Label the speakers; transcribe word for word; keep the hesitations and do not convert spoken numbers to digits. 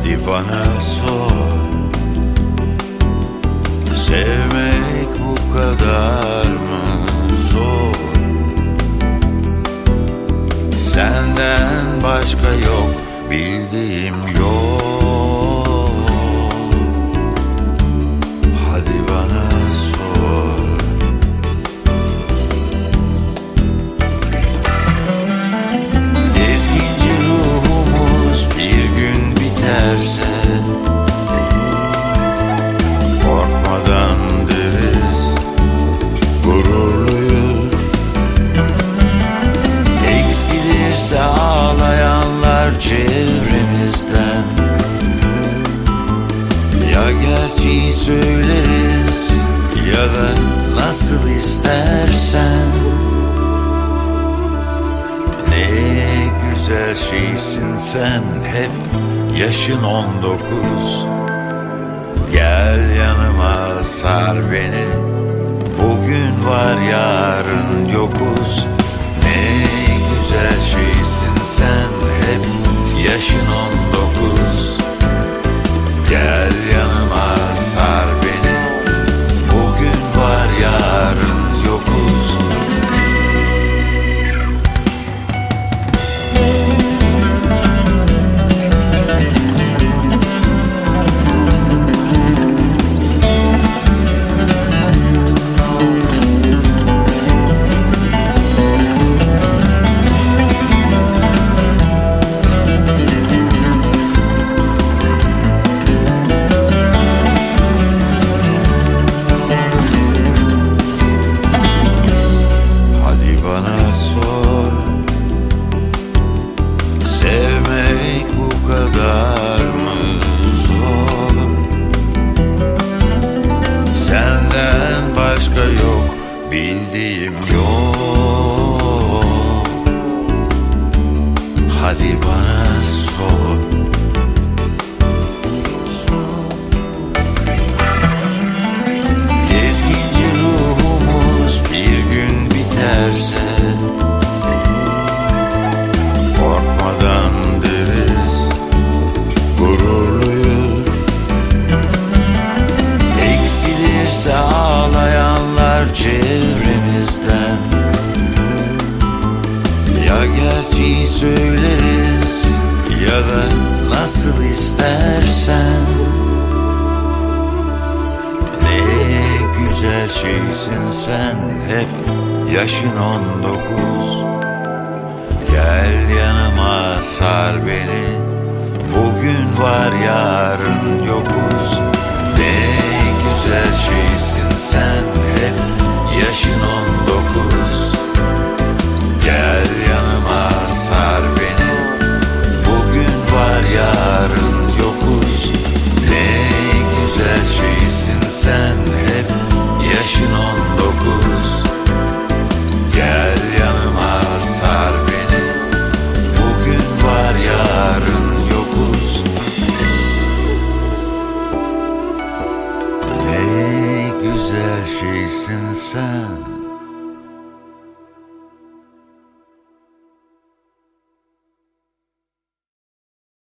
Speaker 1: Hadi bana sor, sevmek bu kadar mı zor? Senden başka yok, bildiğim yok. Hadi bana sor. Gezginci ruhumuz bir gün biterse, korkmadan deriz, gururluyuz. Eksilirse ağlayanlar çevremizden, ya gerçeği söyleriz ya da nasıl istersen. Ne güzel şeysin sen, hep yaşın on dokuz. Gel yanıma, sar beni, bugün var yarın yokuz. Ne güzel şeysin sen, hep yaşın on dokuz. Gel yanıma, sar beni, bugün var yarın yokuz. Senden başka yok, bildiğim yok. Hadi bana sor. Gezginci ruhumuz bir gün biterse, korkmadan deriz, gururluyuz. Eksilirse ağlayanlar çevremizden, ya gerçeği söyleriz ya da nasıl istersen. Ne güzel şeysin sen, hep yaşın on dokuz. Gel yanıma, sar beni, bugün var yarın yokuz. Ne güzel şeysin sen, hep yaşın on dokuz. Gel yanıma, sar beni, bugün var yarın yokuz. Ne güzel şeysin sen, hep yaşın on dokuz. Gel yanıma, sar beni, bugün var yarın yokuz. Ne güzel şeysin sen.